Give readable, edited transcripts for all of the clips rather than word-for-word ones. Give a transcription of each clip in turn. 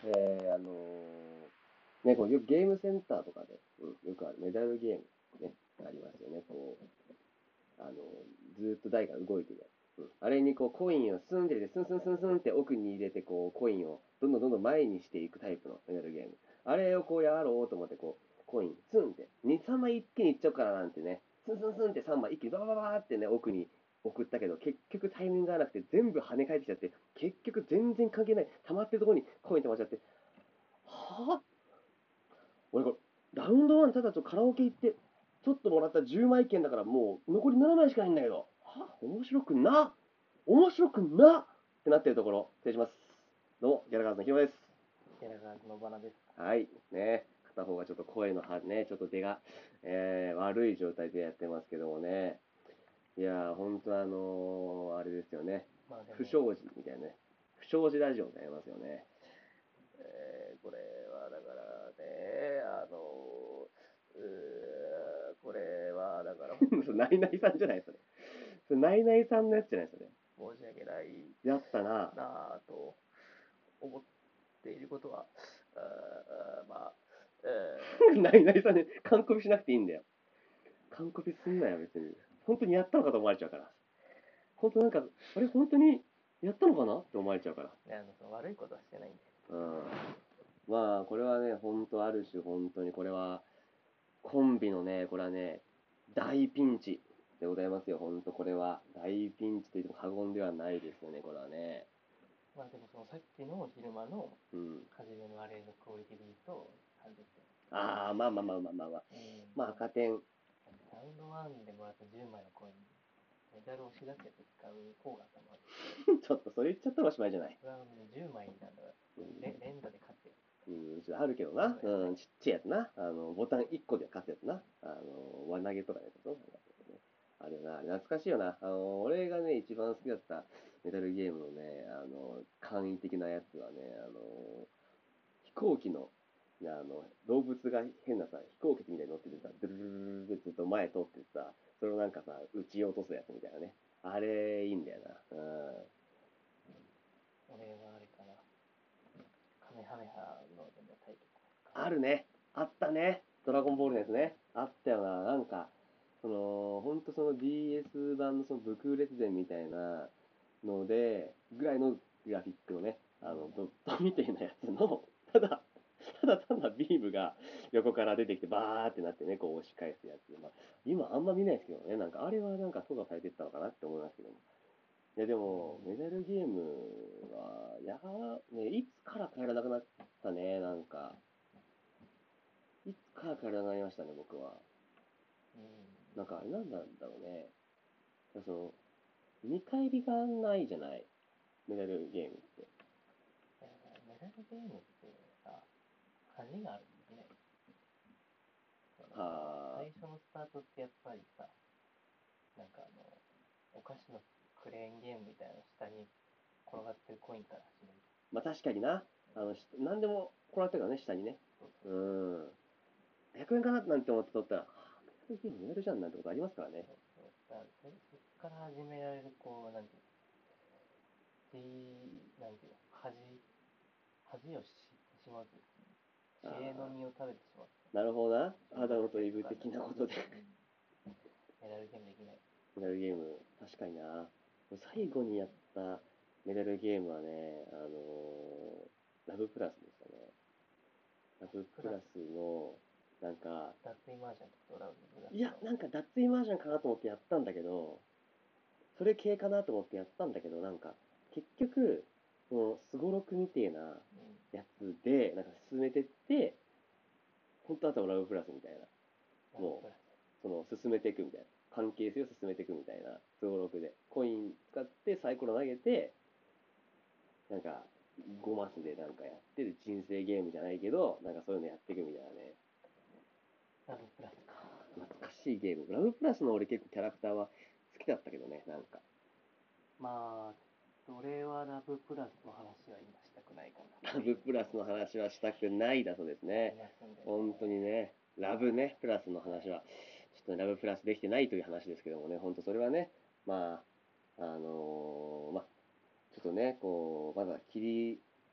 こうよくゲームセンターとかで、よくあるメダルゲームね、ありますよね。こう、ずーっと台が動いてるやつ。あれにこうコインをスンって入れて、スンスンスンスンって奥に入れて、こうコインをどんどんどんどん前にしていくタイプのメダルゲーム。あれをこうやろうと思って、こう、コイン、スンって、2、3枚一気にいっちゃおうかななんてね、スンスンスンって3枚一気にババババーってね、奥に送ったけど、結局タイミングがなくて全部跳ね返ってきちゃって、結局全然関係ない、溜まってるところにコイン溜まっちゃって、はぁ俺これ、ラウンドワンただカラオケ行って、ちょっともらった10枚券だからもう残り7枚しかないんだけど、面白くな面白くなってなってるところ、失礼します。どうも、ギャラガーズのヒロです。 ギャラガーズのバナです。 はい、ね、片方がちょっと声のね、ちょっと出が、悪い状態でやってますけどもね。いやー、本当あれですよね。不祥事みたいなね。不祥事ラジオになりますよね。これはだからね、これはだから、ナイナイさんじゃないそれ。それナイナイさんのやつじゃないそれ。 申し訳ないやったな。 なぁと思っていることは、まあ、 ナイナイさんに完コピしなくていいんだよ。完コピすんなよ、別に。本当にやったのかと思われちゃうから。本当なんか、あれ、本当にやったのかなって思われちゃうから。 その悪いことはしてないんで。 うん。まあ、これはね、本当ある種、本当にこれは、コンビのね、これはね、大ピンチでございますよ、本当これは。大ピンチと言っても過言ではないですよね、これはね。 まあでもそのさっきの昼間のうん。 初めのあれのクオリティで言うと30点。 ああ、まあまあまあまあまあまあ。まあ、赤点。 ラウンド1でもらった10枚のコイン、メダルを押し出せて使う方が頭悪い。 ちょっとそれ言っちゃったらおしまいじゃない。 これは10枚なんだから、連打で勝ってる。 ちょっとあるけどな。ちっちゃいやつな。ボタン1個で勝つやつな。輪投げとかやつと。あれよな、懐かしいよな。俺がね、一番好きだったメダルゲームのね、簡易的なやつはね、飛行機の、動物が変なさ、飛行機みたいに乗っててさ、ドゥルルルルルってずっと前通ってさ、それをなんかさ、撃ち落とすやつみたいなね。あれ、いいんだよな。 俺はあれかな、カメハメハのでもタイトル。 あるね。あったね。ドラゴンボールのやつね。あったよな。なんか、ほんとその DS 版のその武空列伝みたいなので、ぐらいのグラフィックのね、ドットみたいなやつの、ただビームが横から出てきてバーってなってね、こう押し返すやつ。まあ、今あんま見ないですけどね、なんかあれはなんか操作されてったのかなって思いますけども。いやでも、メダルゲームは、ね、いつから変えらなくなったね、なんか。いつから変えらなくなりましたね、僕は。なんかあれなんだろうね。その、見返りがないじゃない。メダルゲームって。 メダルゲームってさ、恥があるとできない。 は最初のスタートってやっぱりさ、なんかお菓子のクレーンゲームみたいなの下に転がってるコインから始める。 まあ確かにな。何でも転がってるからね、下にね。100円かななんて思って取ったら、メダルゲームメダルじゃんなんてことありますからね。 だからそっから始められる、こう、なんていうの、なんていうの、恥を知ってしまうというか、知恵の実を食べてしまう。 なるほどな。肌のトリブ的なことで。 メダルゲームできない。 メダルゲーム、確かにな。最後にやったメダルゲームはね、ラブプラスでしたね。ラブプラスの、なんか、 脱衣マージャンってことラブプラスの。 いや、なんか脱衣マージャンかなと思ってやったんだけど、それ系かなと思ってやったんだけど、なんか、結局、その、すごろくみてえなやつで、なんか進めてって、本当は多分ラブプラスみたいな、もう、進めていくみたいな。関係性を進めていくみたいな、すごろくで。コイン使ってサイコロ投げて、なんか、5マスでなんかやってる人生ゲームじゃないけど、なんかそういうのやっていくみたいなね。 ラブプラスか。 懐かしいゲーム。ラブプラスの俺結構キャラクターは好きだったけどね、なんか。 まあ、それはラブプラスの話は今したくないかな。 ラブプラスの話はしたくないだそうですね。本当にね、ラブね、プラスの話は、ちょっとね、ラブプラスできてないという話ですけどもね、本当それはね、まあ、まあ、ちょっとね、こう、まだ切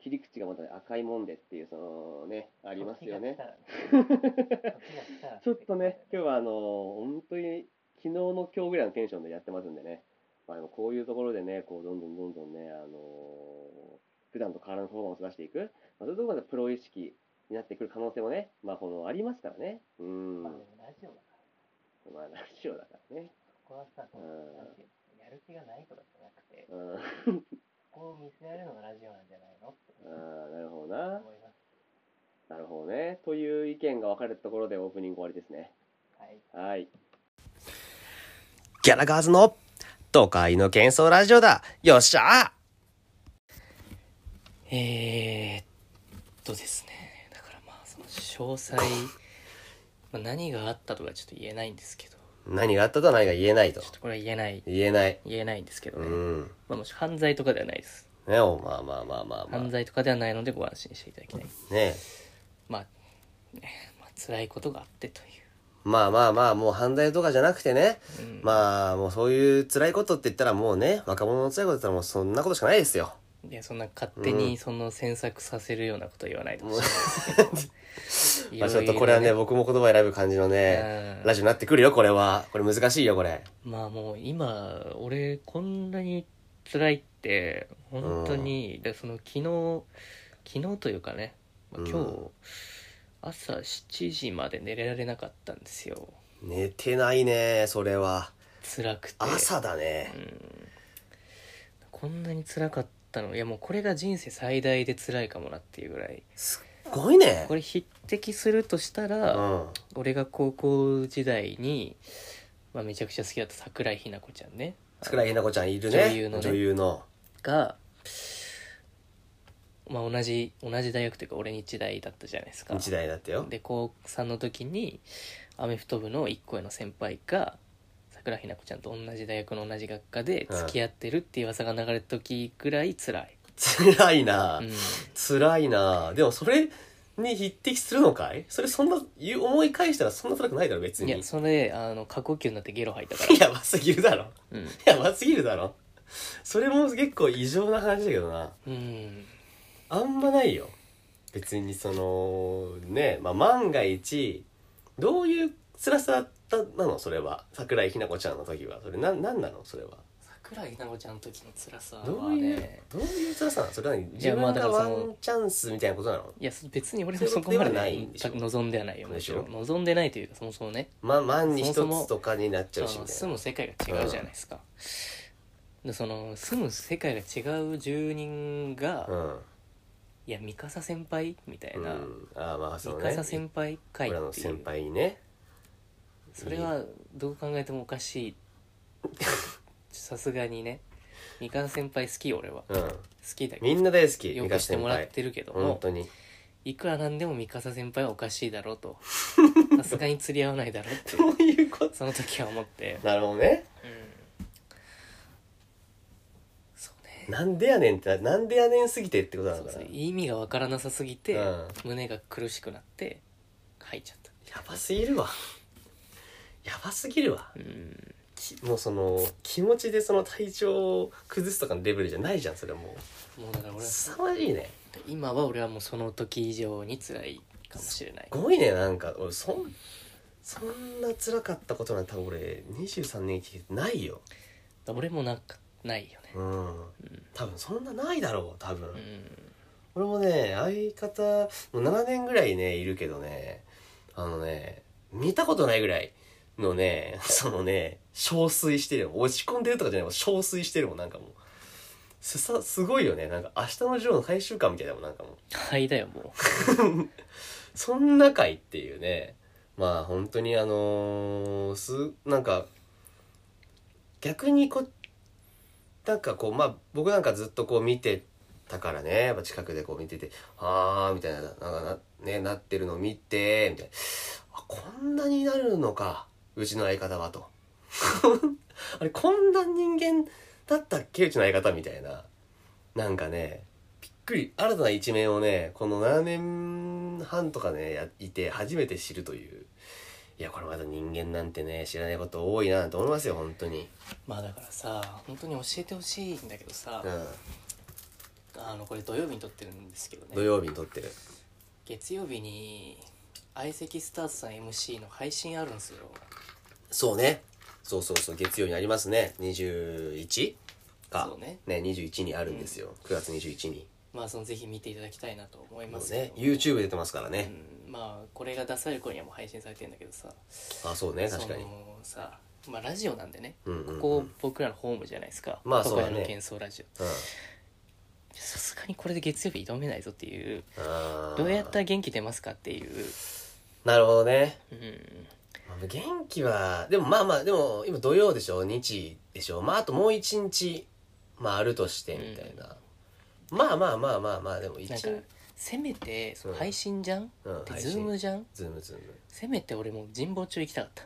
切り口がまた赤いもんでっていうそのねありますよね。ちょっとね今日は本当に昨日の今日ぐらいのテンションでやってますんでね、まあ、でもこういうところでねこうどんどんね普段と変わらぬパフォーマンスを出していく、まあ、そういうところまでプロ意識になってくる可能性もね、まあ、このありますからね。 まあでもラジオだからまあラジオだからね。 そこはさ、なんていうの、やる気がないとかじゃなくて、そこを見せられるのがラジオなんじゃないのってなるほどな。 思います。 なるほどね。という意見が分かれたところでオープニング終わりですね。はい。 ギャラガーズの都会の喧騒ラジオだ。よっしゃですね。だからまあその詳細、まあ、何があったとかちょっと言えないんですけど。 何があったとは何が言えないと。 ちょっとこれは言えないんですけどね。まあもし犯罪とかではないです。 ねお、まあ。 犯罪とかではないのでご安心していただきたい。 ねまあ辛いことがあってという。 まあ、もう犯罪とかじゃなくてね、まあ、もうそういう辛いことって言ったらもうね、若者の辛いことって言ったらもうそんなことしかないですよ。 いや、そんな勝手にその詮索させるようなことは言わないでほしいですけど。 まあちょっとこれはね、僕も言葉選ぶ感じのね、ラジオになってくるよ、これは。これ難しいよ、これ。 まあもう今、俺こんなに辛いって、本当に、でその昨日というかね、今日、朝7時まで寝られなかったんですよ。 寝てないね、それは。 辛くて。 朝だね。 こんなに辛かったの。いやもうこれが人生最大で辛いかもなっていうぐらい。 すっごいね。 これ匹敵するとしたら、俺が高校時代に、まあ、めちゃくちゃ好きだった桜井日奈子ちゃんね。 桜井日奈子ちゃんいるね。 女優の。が、まあ同じ大学というか俺日大だったじゃないですか。 日大だったよ。 で高3の時にアメフト部の1個上の先輩が桜井日奈子ちゃんと同じ大学の同じ学科で付き合ってるっていう噂が流れた時くらい辛い。 辛いな、辛いな。でもそれに匹敵するのかい？それそんな思い返したらそんな辛くないだろ別に。 いやそれ過呼吸になってゲロ吐いたから。 やばすぎるだろ。やばすぎるだろ。それも結構異常な話だけどな。あんまないよ別に。そのね、まあ、万が一どういう辛さなのそれは。桜井日奈子ちゃんの時はそれなんなのそれは。 桜井日奈子ちゃんの時の辛さはね、 どういう辛さなのそれは。自分がワンチャンスみたいなことなの？ いや別に俺もそこまで望んではないよ。もちろん望んでないというかそもそもね、 万に一つとかになっちゃうしみたいな。 住む世界が違うじゃないですか。でその住む世界が違う住人が、いや三笠先輩みたいな、三笠先輩会っていう、 俺の先輩ね。 それはどう考えてもおかしい。さすがにね、三笠先輩好きよ俺は、好きだけどみんな大好き。 よくしてもらってるけども、 本当にいくらなんでも三笠先輩はおかしいだろうとさすがに釣り合わないだろうってどういうこと？ その時は思って。 なるほどね。なんでやねんってなんでやねんすぎてってことなんだから。 意味がわからなさすぎて、胸が苦しくなって吐いちゃった。 やばすぎるわ。もうその気持ちでその体調を崩すとかのレベルじゃないじゃんそれは。もうだから俺は凄まじいね。 今は俺はもうその時以上に辛いかもしれない。 すごいね。なんか俺そんな辛かったことなんて多分俺23年生きてないよ。 俺もなんかないよね。 多分そんなないだろう多分。俺もね相方もう7年ぐらいねいるけどね、見たことないぐらいのね、そのね憔悴してるよ。落ち込んでるとかじゃないもん、憔悴してるもん。なんかもうすごいよね。なんか明日のジョーの最終回みたいだもん。なんかもうはいだよもうそんな回っていうね。まあ本当になんか逆になんかこうまあ僕なんかずっとこう見てたからね、やっぱ近くでこう見てて、みたいな、なってるのを見てみたいな、こんなになるのかうちの相方はとあれこんな人間だったっけうちの相方みたいな。なんかねびっくり、新たな一面をねこの7年半とかねいて初めて知るという。いやこれまだ人間なんてね知らないこと多いなと思いますよ本当に。 まあだからさ本当に教えてほしいんだけどさ、 これ土曜日に撮ってるんですけどね、 土曜日に撮ってる。 月曜日に相席スタートさん MC の配信あるんですよ。 そうね。そう月曜にありますね。21か。 そうね。 21にあるんですよ。9月21に。 まあぜひ見ていただきたいなと思いますね。 けど、 YouTube 出てますからね。 まあこれが出される頃にはもう配信されてるんだけどさ、 そうね、確かに。 そのさ、まあラジオなんでね、 うんうんうん、 ここ僕らのホームじゃないですか。 まあそうだね。 都会の幻想ラジオ。さすがにこれで月曜日挑めないぞっていう、どうやったら元気出ますかっていう。 なるほどね。 うん。 元気はでもでも今土曜でしょ、日でしょ、まああともう一日あるとしてみたいな、まあでも一日なんかせめてその配信じゃん、でズームじゃん、 ズームせめて俺もう神保町行きたかった。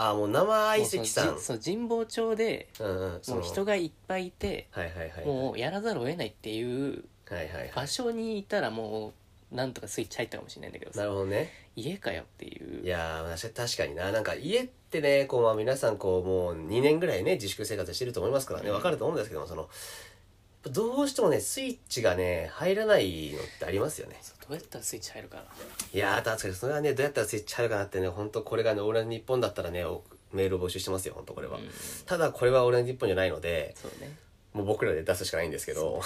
もう生相席さん、 そう神保町でもう人がいっぱいいて、もうやらざるを得ないっていう場所にいたらもうなんとかスイッチ入ったかもしれないんだけどさ、 なるほどね、 家かよっていう。 いや確かになんか家ってね皆さんもう2年ぐらいね自粛生活してると思いますからね、分かると思うんですけども、どうしてもねスイッチがね入らないのってありますよね。 どうやったらスイッチ入るかな。 いや確かにそれはね、どうやったらスイッチ入るかなってね、本当これがねオールナイトニッポンだったらねメールを募集してますよ、本当これは、ただこれはオールナイトニッポンじゃないので、 そうね、 もう僕らで出すしかないんですけど、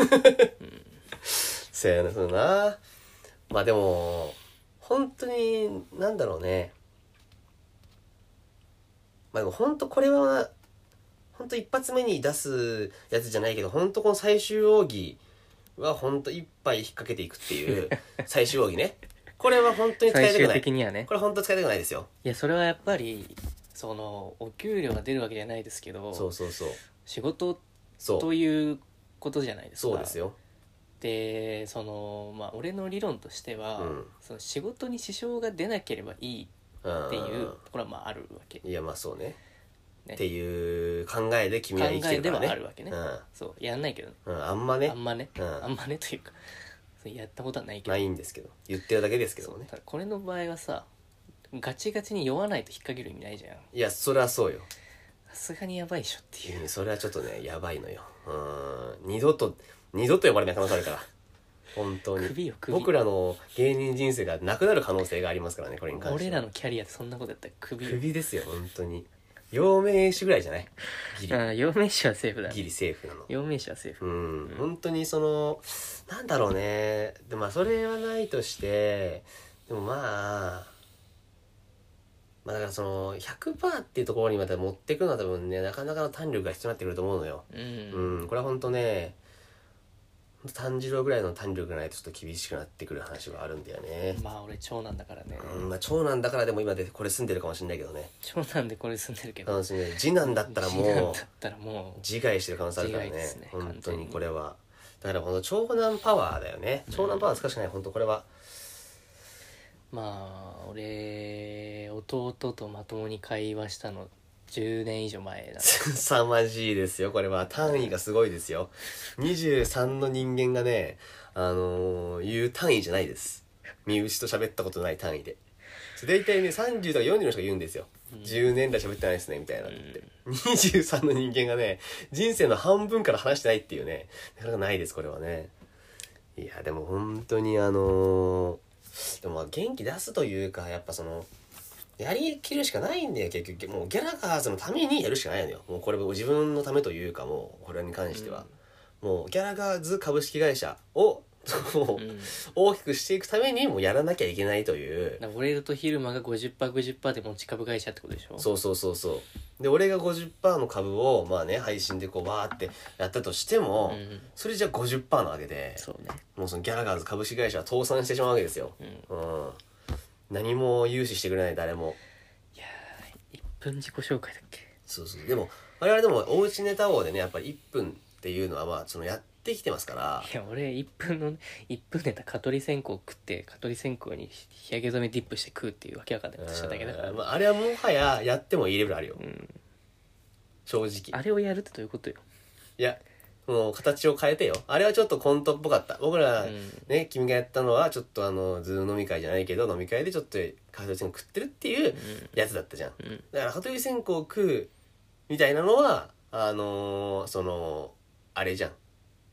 せやな、そうな。まあでも本当になんだろうね、まあでも本当これは本当一発目に出すやつじゃないけど、本当この最終奥義は本当一杯引っ掛けていくっていう最終奥義ね、これは本当に使いたくない、 最終的にはね、 これ本当使いたくないですよ。 いやそれはやっぱりそのお給料が出るわけじゃないですけど、 そう仕事ということじゃないですか。 そうですよ。 で俺の理論としては、その仕事に支障が出なければいいっていうところはあるわけ。 いやそうねっていう考えで君は生きてるからね。 考えではあるわけね。そうやんないけどね。 あんまねというかやったことはないけど。 ないんですけど、言ってるだけですけどね。 これの場合はさ、ガチガチに酔わないと引っ掛ける意味ないじゃん。 いやそれはそうよ。 さすがにやばいでしょっていう。 それはちょっとねやばいのよ。二度と呼ばれない可能性あるから。本当に首僕らの芸人人生がなくなる可能性がありますからね、これに関しては。 俺らのキャリアでそんなことやったら首ですよ、本当に。陽明酒ぐらいじゃない、ギリ。 陽明酒はセーフだね。 ギリセーフなの。 陽明酒はセーフ。 本当になんだろうね。でそれはないとして、でもだから100% っていうところにまた持っていくのは多分ね、なかなかの胆力が必要になってくると思うのよ。これは本当ね、炭治郎ぐらいの胆力がないとちょっと厳しくなってくる話があるんだよね。 俺長男だからね。 長男だからでも今でこれ住んでるかもしれないけどね。 長男でこれ住んでるけど、 次男だったらもう自害してる可能性あるからね。本当にこれはだからこの長男パワーだよね。長男パワー使うしかない、本当これは。 俺弟とまともに会話したの10年以上前だ。 凄まじいですよ、これは。単位がすごいですよ。23の人間がね、言う単位じゃないです。身内と喋ったことない単位で。大体ね、30とか40の人が言うんですよ。10年来喋ってないですね、みたいなって。23の人間がね、人生の半分から話してないっていうね、なかなかないです、これはね。いや、でも本当にでも元気出すというか、やっぱやりきるしかないんだよ、結局。もうギャラガーズのためにやるしかないのよ。もうこれ自分のためというか、もうこれに関しては、もうギャラガーズ株式会社を大きくしていくためにもやらなきゃいけないという。 俺と昼間が 50%50% で持ち株会社ってことでしょ。 そうで、俺が 50% の株を配信でバーってやったとしても、それじゃ 50% なわけで、もうギャラガーズ株式会社は倒産してしまうわけですよ。何も融資してくれない、誰も。 いやー、1分自己紹介だっけ。 でも我々でもおうちネタ王でね、やっぱり1分っていうのはやってきてますから。 いや俺1分ネタ蚊取り線香食って、蚊取り線香に日焼け止めディップして食うっていうわけわかんないことしただけだから、 あれはもはややってもいいレベルあるよ、正直。 あれをやるってどういうことよ。 いやもう形を変えてよ。あれはちょっとコントっぽかった。僕らね、君がやったのはちょっとズーム飲み会じゃないけど、飲み会でちょっと蚊取り線香食ってるっていうやつだったじゃん。だから蚊取り線香を食うみたいなのはあれじゃん、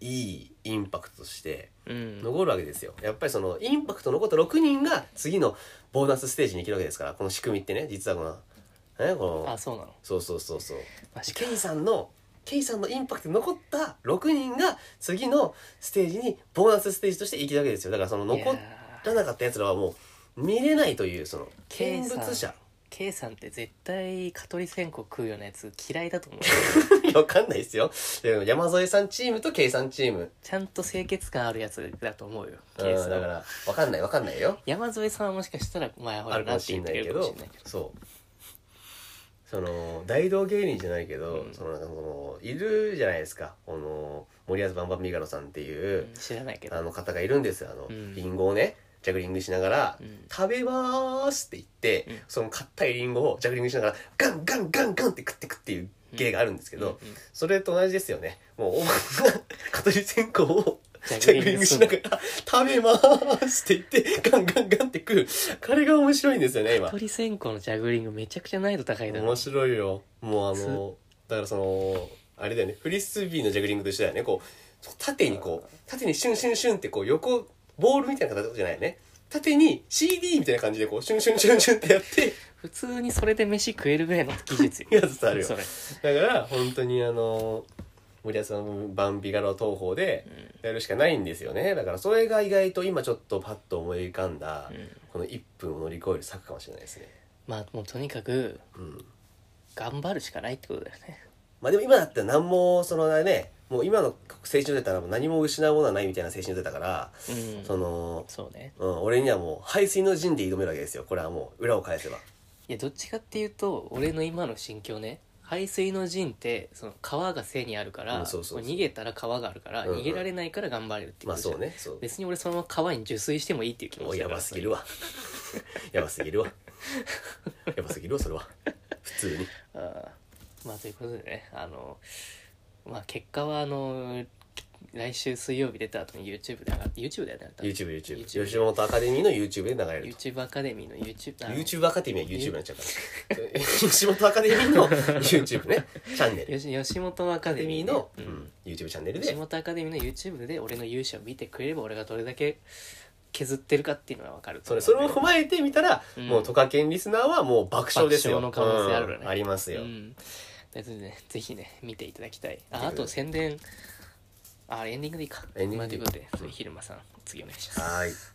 いいインパクトとしてうん残るわけですよ。やっぱりそのインパクト残った6人が次のボーナスステージに行けるわけですから、この仕組みってね、実はこのこのあ、そうなの。 そうそうそうそうマジか。 ケイさんのインパクト残った6人が次のステージにボーナスステージとして行けるわけですよ。だからその残らなかったやつらはもう見れないという、その見物者。 K さんって絶対蚊取り線香食うようなやつ嫌いだと思う。 わかんないですよ。でも山添さんチームと K さんチーム。 ちゃんと清潔感あるやつだと思うよ、 うん、 K さんだからわかんないよ。 山添さんはもしかしたら前ほあるかもらなってしんないけ言ってるかもしどれないけど、 そうその大道芸人じゃないけど、 うんそのいるじゃないですか、この森保バンバンミガロさんっていう、 知らないけど、 あの方がいるんですよ。 うんリンゴをねジャグリングしながら、 うん食べまーすって言って、 うんその硬いリンゴをジャグリングしながらガンガンガンガンって食ってくっていう芸があるんですけど、 うんうんそれと同じですよね。もう蚊取り線香をジジャグリングしながら食べまーすって言ってガンガンガンって食う、これが面白いんですよね今。 蚊取り線香のジャグリングめちゃくちゃ難易度高いだろ。 面白いよ。もうだからそのあれだよね、フリスビーのジャグリングと一緒だよね。こう縦に縦にシュンシュンシュンってこう横ボールみたいな形じゃないよね。縦に CD みたいな感じでこうシュンシュンシュンシュンってやって普通にそれで飯食えるぐらいの技術よ。 やつあるよ。 それ。 だから本当に森保さんのバンビガロ投法でやるしかないんですよね。だからそれが意外と今ちょっとパッと思い浮かんだ、 うんこの1分を乗り越える策かもしれないですね。 まあもうとにかくうん。 頑張るしかないってことだよね。 まあでも今だったら何もそのね、もう今の青春出たら何も失うものはないみたいな青春出たから、 うん。 その、 そうね。 俺にはもう背水の陣で挑めるわけですよ。これはもう裏を返せば。 いやどっちかっていうと俺の今の心境ね、排水の陣ってその川が背にあるから、 うんそうそうそう逃げたら川があるから、 うんうん逃げられないから頑張れるっていうまあことじゃん。 そうね。そう。 別に俺そのまま川に受水してもいいっていう気持もうやちだから。 ばすぎるわ。やばすぎるわ。やばすぎるわ、それは。普通に。 あーまあということでね、まあ結果は来週水曜日出た後に YouTube で上がって YouTube だよね。 YouTube。 YouTube 吉本アカデミーの YouTube で流れると。 YouTube アカデミーの YouTube YouTube アカデミーは YouTube になっちゃうから吉本アカデミーの YouTube ねチャンネル吉本アカアカデミーデミーの、 ね、 YouTube チャンネル吉で本アカデミーの YouTube で俺の勇姿を見てくれれば俺がどれだけ削ってるかっていうのが分かるとそ思うんでれを踏まえてみたら、 うんもうトカケンリスナーはもう爆笑ですよ。 爆笑の可能性あるよねありますよ、 うんということでねぜひね見ていただきたい。あと宣伝エンディングでいいか。 エンディングでいいまあということでそれ昼間さん次お願いします。 はーい。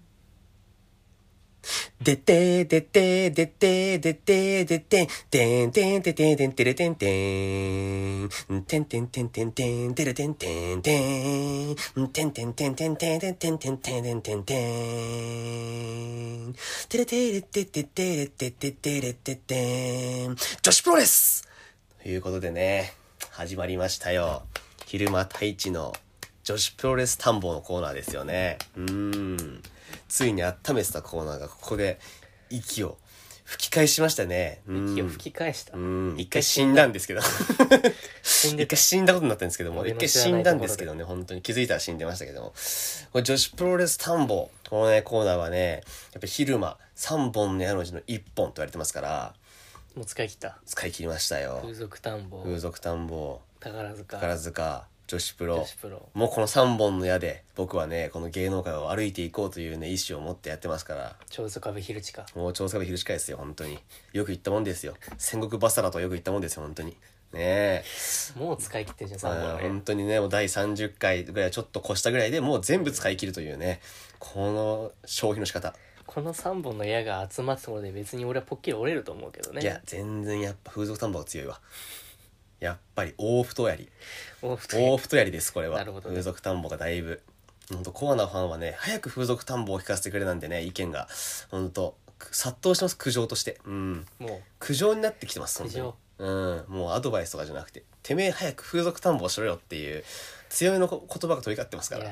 でてでてでてでてでててんてんててんてんてれてんてんてんてんてんてんてんてれてんてんてんてんてんてんてんてんてんてんてんてんてんてんてんてれてれてててれてててれててん女子プロレスということでね、始まりましたよ。昼間太一の女子プロレス探訪のコーナーですよね。ついに温めてたコーナーがここで息を吹き返しましたね。 息を吹き返した。 一回死んだんですけど死んでた一回死んだことになったんですけども、 俺の一回死んだんですけどね、本当に気づいたら死んでましたけども、これ女子プロレス探訪、このねコーナーはね、やっぱ昼間3本の矢のうちの1本と言われてますから、 もう使い切った。 使い切りましたよ。 風俗探訪風俗探訪、 宝塚宝塚、女子プロ女子プロもうこの3本の矢で僕はねこの芸能界を歩いていこうというね意志を持ってやってますから、 長宗我部昼近。 もう長坂広近いですよ。本当によく言ったもんですよ。戦国バサラとはよく言ったもんですよ本当にね。 もう使い切ってるじゃん3本ね。 本当にねもう第30回ぐらいちょっと越したぐらいでもう全部使い切るというね、この消費の仕方、 この3本の矢が集まったところで別に俺はポッキリ折れると思うけどね。 いや全然やっぱ風俗探訪が強いわ。やっぱり大太槍大太大太槍ですこれは。 なるほどね風俗探訪がだいぶ本当コアなファンはね早く風俗探訪を聞かせてくれなんでね意見が本当殺到してます。苦情としても苦情になってきてます苦情本当に。もうアドバイスとかじゃなくててめえ早く風俗探訪しろよっていう強めの言葉が飛び交ってますから、 ういや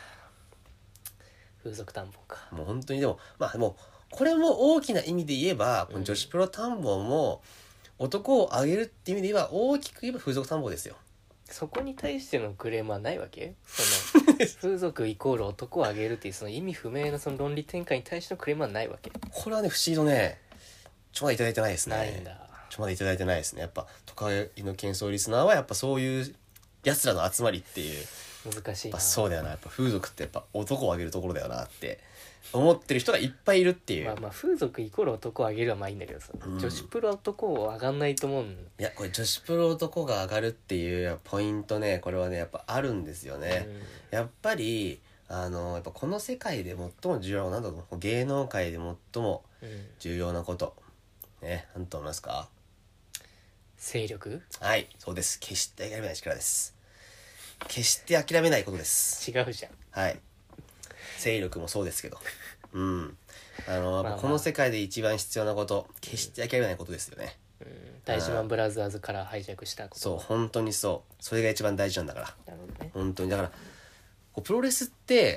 ー風俗探訪か。 もう本当にでももうこれも大きな意味で言えば、この女子プロ探訪も男を上げるっていう意味で言えば大きく言えば風俗探訪ですよ。 そこに対してのクレームはないわけ？その風俗イコール男をあげるっていうその意味不明なその論理展開に対してのクレームはないわけ？ これはね不思議とねまだいただいてないですね。 ないんだ。 まだいただいてないですね。やっぱ都会の喧騒リスナーはやっぱそういう奴らの集まりっていう難しいな。 やっぱそうだよな、やっぱ風俗ってやっぱ男をあげるところだよなって思ってる人がいっぱいいるっていう、 まあ風俗イコール男をあげるはまあいいんだけどさ、女子プロ男を上がんないと思うん。 いやこれ女子プロ男が上がるっていうポイントね、これはねやっぱあるんですよね、やっぱりやっぱこの世界で最も重要な、なんだろう、芸能界で最も重要なことね、何と思いますか？ 勢力？ はい、そうです。決して諦めない力です。決して諦めないことです。 違うじゃん。 はい。勢力もそうですけど。うん。 まあこの世界で一番必要なこと、決して諦めないことですよね。 大事マンブラザーズからハイジャックしたこと。 そう、本当にそう。それが一番大事なんだから。 なるほどね。 本当に。だから、プロレスって、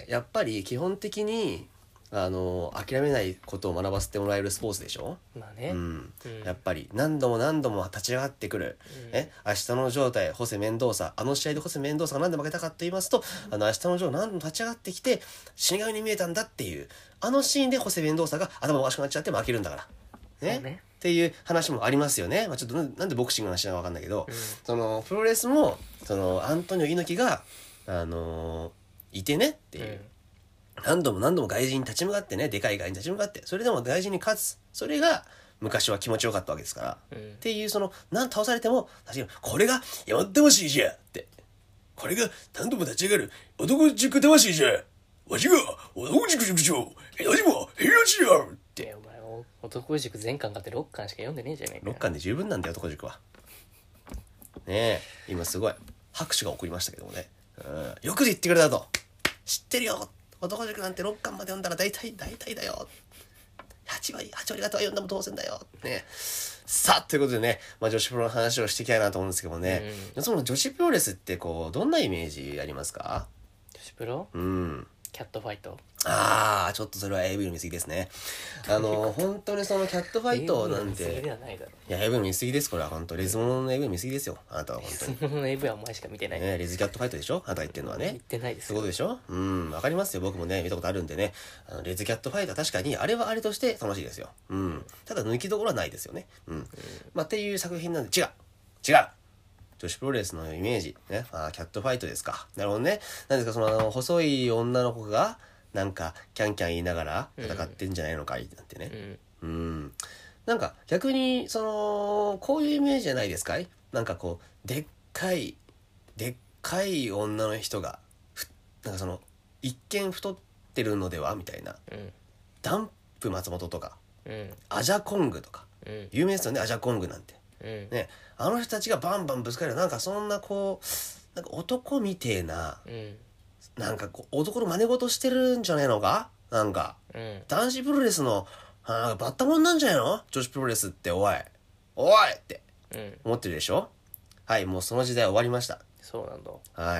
やっぱり基本的に、諦めないことを学ばせてもらえるスポーツでしょ。 まあね、 やっぱり何度も何度も立ち上がってくる、明日の状態ホセ・メンドーサ、あの試合でホセ・メンドーサが何で負けたかと言いますと、明日の状態何度も立ち上がってきて死神に見えたんだっていうあのシーンでホセ・メンドーサが頭おかしくなっちゃって負けるんだからねっていう話もありますよね。ちょっとなんでボクシングの話なのか分かんないけど、そのプロレスもそのアントニオ猪木がいてねっていう、何度も何度も外人に立ち向かってね、でかい外人に立ち向かってそれでも外人に勝つ、それが昔は気持ちよかったわけですから、っていうその倒されても確かにこれが山魂じゃって、これが何度も立ち上がる男塾魂じゃ、わしが男塾塾長江戸島平八じゃって。 お前男塾全巻買って6巻しか読んでねえじゃねえか。 6巻で十分なんだよ男塾はね。今すごい拍手が起こりましたけどもね、よく言ってくれたと、知ってるよ、男塾なんて6巻まで読んだら大体だよ、8割方が読んだも当然だよね。さあということでね、女子プロの話をしていきたいなと思うんですけどもね、その女子プロレスってこうどんなイメージありますか？ 女子プロ？キャットファイト。 ちょっとそれは AV の見過ぎですね。本当にそのキャットファイトなんて、いや AV の見過ぎです。これは本当レズモノの AV の見過ぎですよ、あなたは本当に。 レズモノの AV はお前しか見てないね。レズキャットファイトでしょ、あなたが言ってるのはね。 言ってないです。 そういうことでしょ。わかりますよ、僕もね見たことあるんでね。レズキャットファイトは確かにあれはあれとして楽しいですよ。ただ抜きどころはないですよね。っていう作品なんで、違う女子プロレスのイメージね、キャットファイトですか。なるほどね。なんですか、その細い女の子がなんかキャンキャン言いながら戦ってんじゃないのかいなんてね。なんか逆にそのこういうイメージじゃないですかい。なんかこうでっかい女の人がなんかその一見太ってるのではみたいな、ダンプ松本とか、アジャコングとか、有名ですよね、アジャコングなんて。ね、あの人たちがバンバンぶつかる、なんかそんなこうなんか男みてえな、なんかこう男の真似事してるんじゃないのか、なんか、男子プロレスのバッタモンなんじゃないの女子プロレスって。おいって思ってるでしょ。はい、もうその時代は終わりました。 そうなんだ。はい、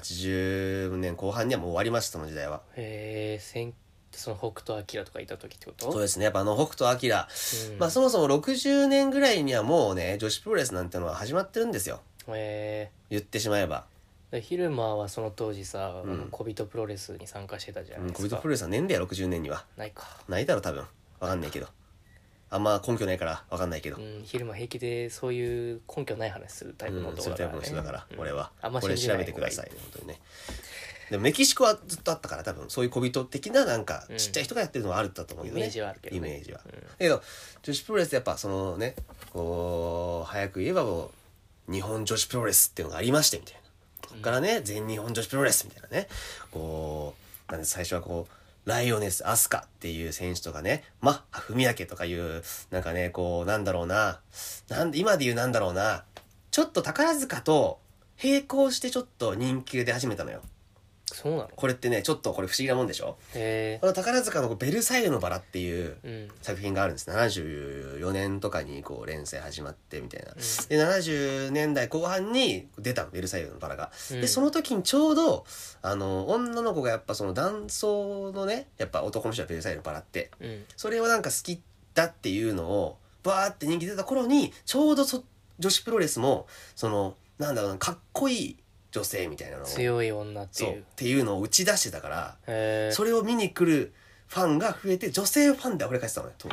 1980年後半にはもう終わりました、その時代は。 へえ。その北斗晶とかいた時ってこと？ そうですね、やっぱ北斗晶、そもそも60年ぐらいにはもうね女子プロレスなんてのは始まってるんですよ。言ってしまえば。 昼間はその当時さ、小人プロレスに参加してたじゃないですか。 小人プロレスはねえんだよ60年には。ないだろ多分、分かんないけど、あんま根拠ないから分かんないけど、 昼間平気でそういう根拠ない話するタイプの男だからね。そういうタイプの人だから、俺はこれ調べてくださいね、本当にね。でもメキシコはずっとあったから多分そういう小人的ななんかちっちゃい人がやってるのはあるんだと思うけどね。 イメージはあるけどね。 イメージは。だけど女子プロレスやっぱそのね、こう早く言えばもう日本女子プロレスっていうのがありましてみたいな。こっからね全日本女子プロレスみたいなね。こうなんで最初はこうライオネスアスカっていう選手とかね、マッハ文明とかいうなんかね、こうなんだろうな、今で言うなんだろうな、ちょっと宝塚と並行してちょっと人気が出始めたのよ。 そうなの？ これってねちょっとこれ不思議なもんでしょ。この宝塚のベルサイユのバラっていう作品があるんです。74年とかにこう連載始まってみたいな、で70年代後半に出たベルサイユのバラが、でその時にちょうど女の子がやっぱその男装のね、やっぱ男の人はベルサイユのバラって、それをなんか好きだっていうのをバーって人気出た頃にちょうど女子プロレスもそのなんだろうな、かっこいい女性みたいなのを強い女っていうのを打ち出してたから、それを見に来るファンが増えて女性ファンで溢れかえてたのよ当時。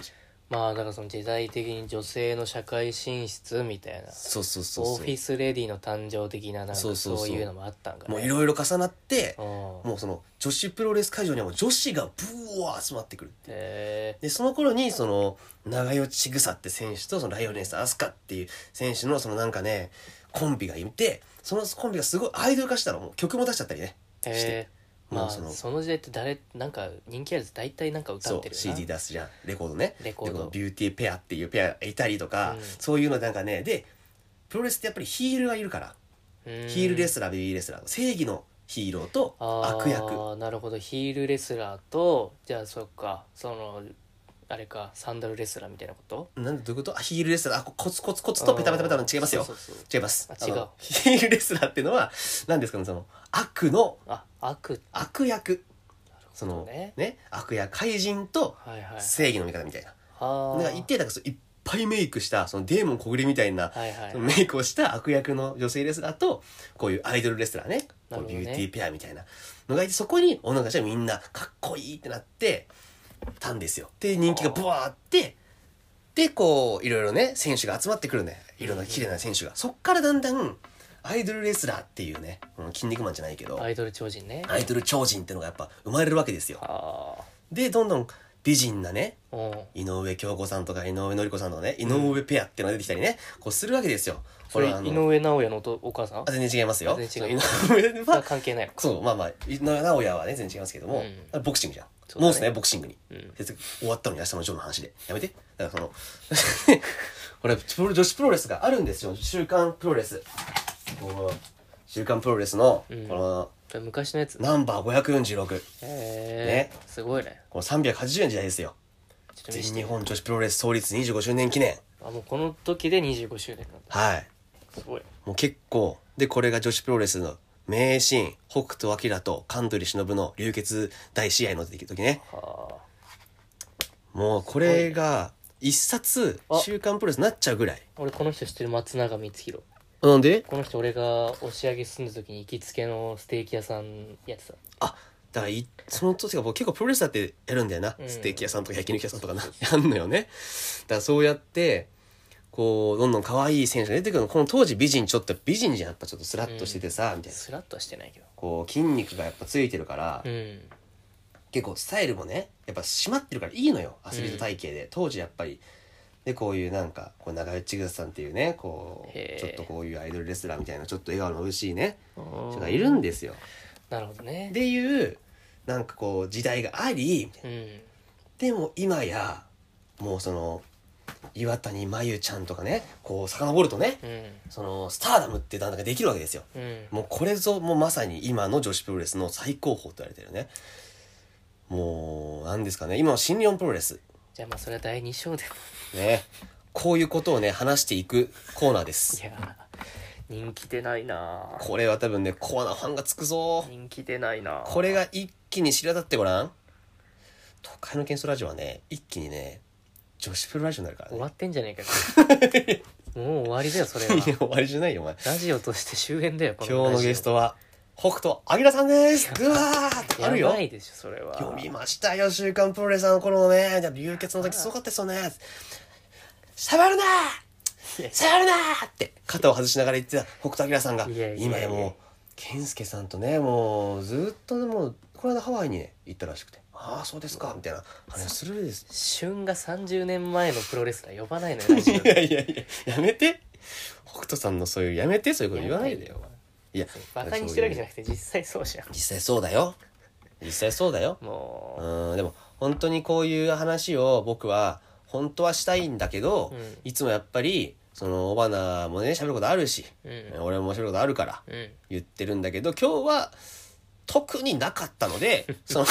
まあだからその時代的に女性の社会進出みたいなそうそうそうそうオフィスレディの誕生的ななんかそうそうそうそういうのもあったんかね。 もういろいろ重なってうんもうその女子プロレス会場にはもう女子がブワー集まってくるっていうへでその頃にその長与千草って選手とそのライオネスアスカっていう選手のそのなんかねコンビがいてそのコンビがすごいアイドル化したのもう曲も出しちゃったりねえしてまあもうその時代って誰なんか人気あるやつ大体なんか歌そうってるよな。 CD 出すじゃんレコードねレコードでこのビューティーペアっていうペアがいたりとか、 うんそういうのなんかねでプロレスってやっぱりヒールがいるからヒールレススラーベビーレスラー正義のヒーローと悪役ああなるほど。ヒールレスラーとじゃあそっかそのあれかサンダルレスラーみたいなことなんでどういうことヒールレスラーコツコツコツとペタペタペタの違いますよそうそうそう違いますあ違うのヒールレスラーっていうのは何ですかねその悪のあ悪悪役そのね悪役怪人とはいはい正義の味方みたいなはだから言ってたらいっぱいメイクしたそのデーモン小暮みたいなはいはいそのメイクをした悪役の女性レスラーとこういうアイドルレスラーねなるほどねこうビューティーペアみたいなのがいてそこに女たちはみんなかっこいいってなってたんですよで人気がブワーってでこういろいろね選手が集まってくるねいろんな綺麗な選手がそっからだんだんアイドルレスラーっていうね筋肉マンじゃないけどアイドル超人ね。 アイドル超人ってのがやっぱ生まれるわけですよあでどんどん美人なねあうん井上京子さんとか井上紀子さんとかね井上ペアっていうのが出てきたりねこうするわけですよそれこ井上尚弥のお母さんあ全然違いますよ全然違う井上は関係ないのか。 そうまあまあ井上尚弥はね全然違いますけども、 うボクシングじゃん、 そうだねもうすねボクシングに、 うん終わったのに明日のジョーの話でやめてだからそのこれ女子プロレスがあるんですよ週刊プロレスこの週刊プロレスのこのそれ昔のやつ。 ナンバー546、 へえねすごいね。 この380円時代ですよちょっと見せて全日本女子プロレス創立25周年記念あもうこの時で25周年なんだ。 はいすごい。 もう結構でこれが女子プロレスの名シーン北斗晶と神取忍の流血大試合の時ねはもうこれが一冊あ週刊プロレスになっちゃうぐらいあ俺この人知ってる松永光弘。 なんでこの人俺が押し上げ住んだ時に行きつけのステーキ屋さんやってた。 あだからその時は僕結構プロレスだってやるんだよな、 うんステーキ屋さんとか焼肉屋さんとかなやんのよねだからそうやってこうどんどん可愛い選手が出てくるのこの当時美人ちょっと美人じゃんやっぱちょっとスラッとしててさ、みたいなスラッとはしてないけど。 こう筋肉がやっぱついてるから、 うん結構スタイルもねやっぱ締まってるからいいのよアスリート体型で、当時やっぱりでこういうなんかこう長与千草さんっていうねこうへーちょっとこういうアイドルレスラーみたいなちょっと笑顔の美しいねうん人がいるんですよなるほどね。 っていうなんかこう時代がありみたいなうんでも今やもうその岩谷真由ちゃんとかねこう遡るとねうんそのスターダムっていうのができるわけですようんもうこれぞもうまさに今の女子プロレスの最高峰と言われてるねもう何ですかね今の新日本プロレスじゃあまあそれは第2章でもねこういうことをね話していくコーナーですいや人気出ないなこれは多分ねコアなファンがつくぞ人気出ないなこれが一気に知り渡ってごらん都会のケンストラジオはね一気にね女子プロラジオになるからね終わってんじゃねえかよもう終わりだよそれはいや終わりじゃないよお前ラジオとして終焉だよこ今日のゲストはは北斗晶さんですうわーあるよやばいでしょそれは読みましたよ週刊プロレスの頃のね流血の時すごかったですよね触るな触るなって肩を外しながら言ってた北斗晶さんがいやいやいや今やもう健介さんとねもうずっともうこの間ハワイにね行ったらしくてああそうですかみたいな話をするんです旬が30年前のプロレスラー呼ばないのよラジオいやいやいややめて北斗さんのそういうやめてそういうこと言わないでよいやバカにしてるわけじゃなくて実際そうじゃん実際そうだよ実際そうだよもでも本当にこういう話を僕は本当はしたいんだけど、 うんいつもやっぱりその尾花もね喋ることあるし、 うん俺も喋ることあるからうん言ってるんだけど今日は特になかったのでその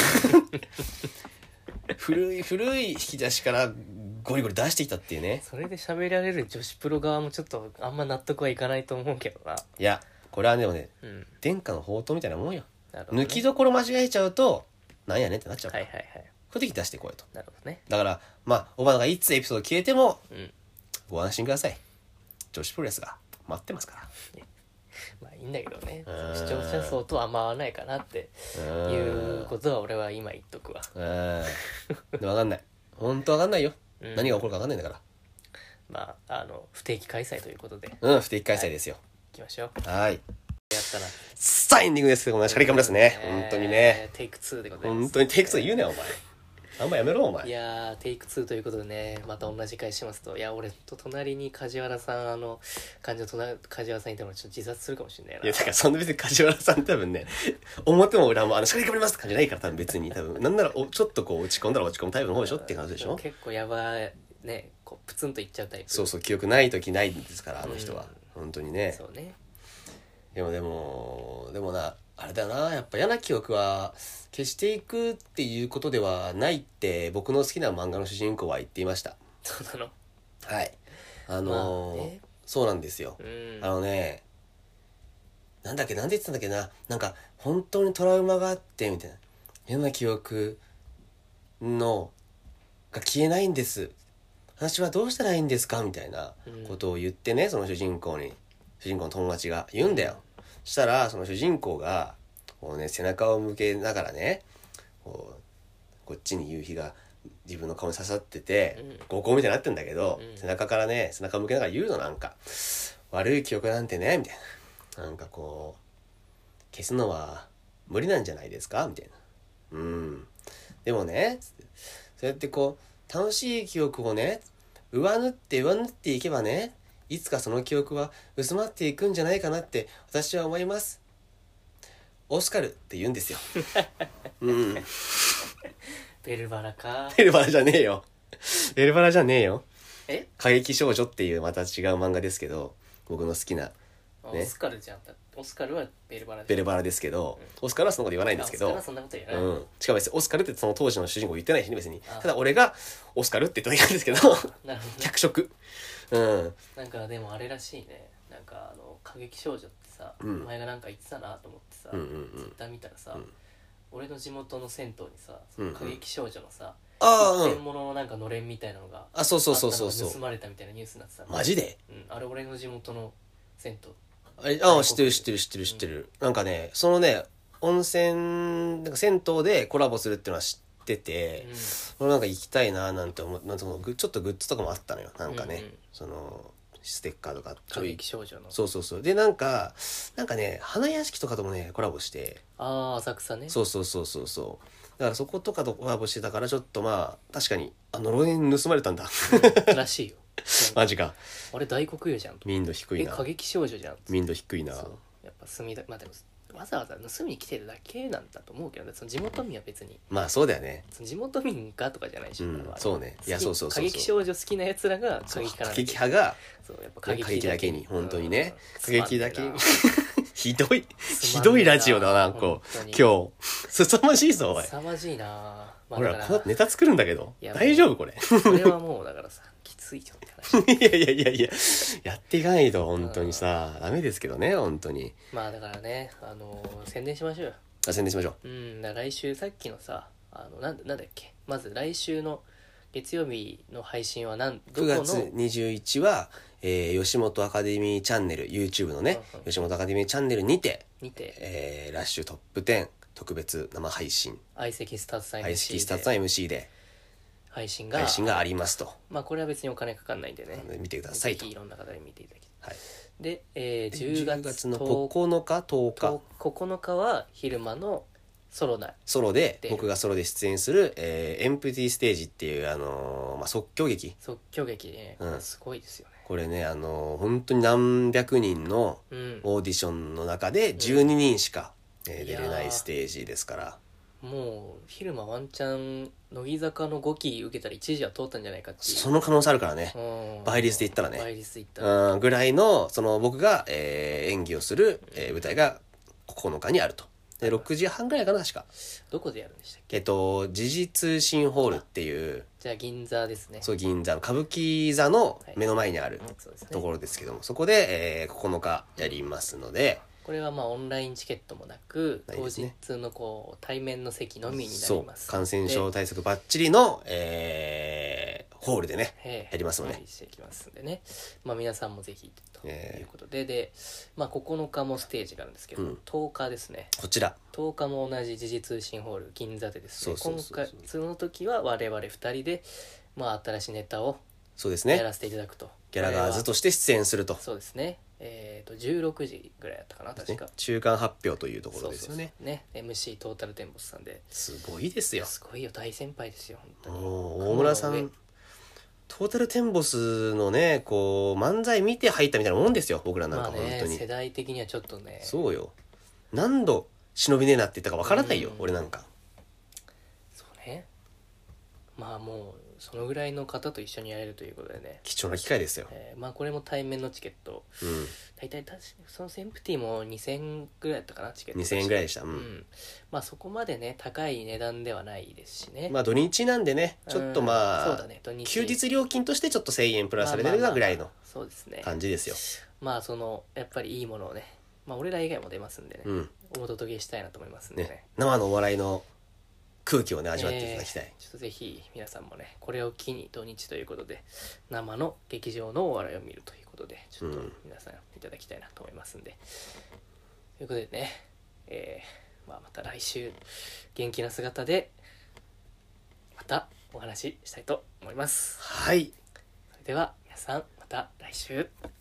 古い引き出しからゴリゴリ出してきたっていうねそれで喋られる女子プロ側もちょっとあんま納得はいかないと思うけどないやこれはでもねうん殿下の宝刀みたいなもんよ、 なるほどね抜きどころ間違えちゃうとなんやねんってなっちゃうから、 はいはいはいこういう時出してこいとなるほどねだからまあ尾花がいつエピソード消えてもうんご安心ください女子プロレスが待ってますかまあいいんだけどねうん視聴者層とはあんま合わないかなってらいうことは俺は今言っとくわで分かんない本当分かんないようん何が起こるか分かんないんだかまあ不定期開催ということでら。不定期開催ですよ。 いきましょう。 はい。 やったな。 さあ、エンディングですけども、シャリカムですね。本当にね。 テイク2でございます。 本当にテイク2言うなよ、お前。あんまやめろ、お前。 いやーテイク2ということでね、また同じ回しますと、いや俺と隣に梶原さん梶原さんいたのちょっと自殺するかもしれないな。 いや、だからそんな別に梶原さん多分ね、表も裏もシャリカムりますって感じじゃないから多分別に。多分、なんならちょっとこう落ち込んだら落ち込むタイプの方でしょって感じでしょ。 結構やばいね、こうプツンといっちゃうタイプ。 そうそう、記憶ない時ないんですから、あの人は。本当にね。 そうね。 でもな、あれだな、やっぱ嫌な記憶は消していくっていうことではないって僕の好きな漫画の主人公は言っていました。 そうなの。 はい。 まあね、 そうなんですよ。なんだっけ、なんで言ってたんだっけな、なんか本当にトラウマがあってみたいな、嫌な記憶が消えないんです、私はどうしたらいいんですかみたいなことを言ってね、その主人公の友達が言うんだよ。したらその主人公がこうね、背中を向けながらね、こっちに夕日が自分の顔に刺さってて、合コンみたいになってんだけど、背中からね、背中を向けながら言うの、なんか悪い記憶なんてねみたいな、なんかこう消すのは無理なんじゃないですかみたいな。でもね、そうやってこう楽しい記憶をね、上塗っていけばね、いつかその記憶は薄まっていくんじゃないかなって私は思います。オスカルって言うんですよ。 ベルバラか。 ベルバラじゃねえよ。ベルバラじゃねえよ。 え？ 過激少女っていうまた違う漫画ですけど、僕の好きな、ね、 オスカルじゃん。オスカルはベルバラベルバラですけど、オスカルはそんなこと言わないんですけど、 オスカルはそんなこと言わない。 しかも別にオスカルってその当時の主人公言ってないしね、別に。ただ俺がオスカルって言っただけなんですけど、 なるほどね。 脚色。 なんかでもあれらしいね。なんか過激少女ってさ、お前がなんか言ってたなと思ってさ、ツイッター見たらさ、俺の地元の銭湯にさ、その過激少女のさ、一点物のなんかのれんみたいなのがそう盗まれたみたいなニュースになってた。 マジで？ あれ俺の地元の銭湯。 知ってる。なんかね、そのね、温泉、なんか銭湯でコラボするっていうのは知ってて、俺なんか行きたいななんて思って、ちょっとグッズとかもあったのよ。なんかね、その、ステッカーとか。 過激少女の。 そう。で、なんかね、花屋敷とかともね、コラボして。 浅草ね。 そう。だからそことかとコラボしてたから、ちょっとまあ、確かに、呪い盗まれたんだ。 らしいよ。 マジか。 あれ大黒湯じゃん。 民度低いな。 過激少女じゃん。 民度低いな。 やっぱまあでもわざわざ盗みに来てるだけなんだと思うけどね。その地元民は別に。 まあそうだよね。 その地元民がとかじゃないし。 そうね。いや、そう。 過激少女好きなやつらが過激過激派が、 そうやっぱ過激だけに、本当にね。過激だけに。ひどいラジオだな、今日。凄まじいぞ、おい。 凄まじいな。 俺らこのネタ作るんだけど。大丈夫これ。 それはもうだからさ、きついよって話。いや、やっていかないと本当にさ、ダメですけどね、本当に。 まあだからね、宣伝しましょうよ。 宣伝しましょう。だから来週さっきのさ、なんだっけ。まず来週の月曜日の配信は 9月21は、吉本アカデミーチャンネル、YouTube のね、吉本アカデミーチャンネルにて、ラッシュトップ10特別生配信。 相席スタートさん MC で配信がありますと。 まあこれは別にお金かかんないんでね。 見てくださいと。 ぜひいろんな方に見ていただきたい。 で、10月の9日、10日。 9日は昼間のソロで僕がソロで出演する、エンプティステージっていう即興劇ね、これすごいですよね。 これね本当に何百人のオーディションの中で12人しか、出れないステージですから、 もう昼間ワンチャン乃木坂の5期受けたら1時は通ったんじゃないかっていう、 その可能性あるからね、倍率で言ったらね、ぐらいの僕が、演技をする、舞台が9日にあると。で6時半ぐらいかな、確か。 どこでやるんでしたっけ？ 時事通信ホールっていう、 じゃあ銀座ですね。 そう、銀座の歌舞伎座の目の前にあるところですけども、そこで、9日やりますので、 これはまあオンラインチケットもなく、当日のこう対面の席のみになります。 そう、感染症対策バッチリの、ホールでね、やりますので、 していきますんでね、まあ皆さんもぜひということで、まあ9日もステージがあるんですけど、10日ですね。 こちら 10日も同じ時事通信ホール銀座でですね、今回その時は我々2人でまあ新しいネタをそうですね。 やらせていただくと。 ギャラガーズとして出演すると。 そうですね。16時ぐらいだったかな確か。 中間発表というところですよね。 そうね MC トータルテンボスさんで。 すごいですよ。 すごいよ、大先輩ですよ本当に。 大村さんトータルテンボスのねこう漫才見て入ったみたいなもんですよ僕らなんか本当に、 世代的にはちょっとね。 そうよ。何度忍びねえなって言ったかわからないよ、俺なんか。 そうね。まあもうそのぐらいの方と一緒にやれるということでね、 貴重な機会ですよ。 まあこれも対面のチケット、大体そのセンプティも2000円ぐらいだったかな、チケット 2000円ぐらいでした、 まあそこまでね高い値段ではないですしね。 まあ土日なんでねちょっとまあ、 そうだね、土日休日料金としてちょっと1000円プラスされてるぐらいのそうですね感じですよ。 まあそのやっぱりいいものをね、まあ俺ら以外も出ますんでね、お届けしたいなと思いますんでね、 生のお笑いの空気をね味わっていただきたい、 ちょっとぜひ皆さんもねこれを機に土日ということで生の劇場のお笑いを見るということでちょっと皆さんいただきたいなと思いますんで、ということでね、まあ、また来週元気な姿でまたお話ししたいと思います。 はい。 それでは皆さんまた来週。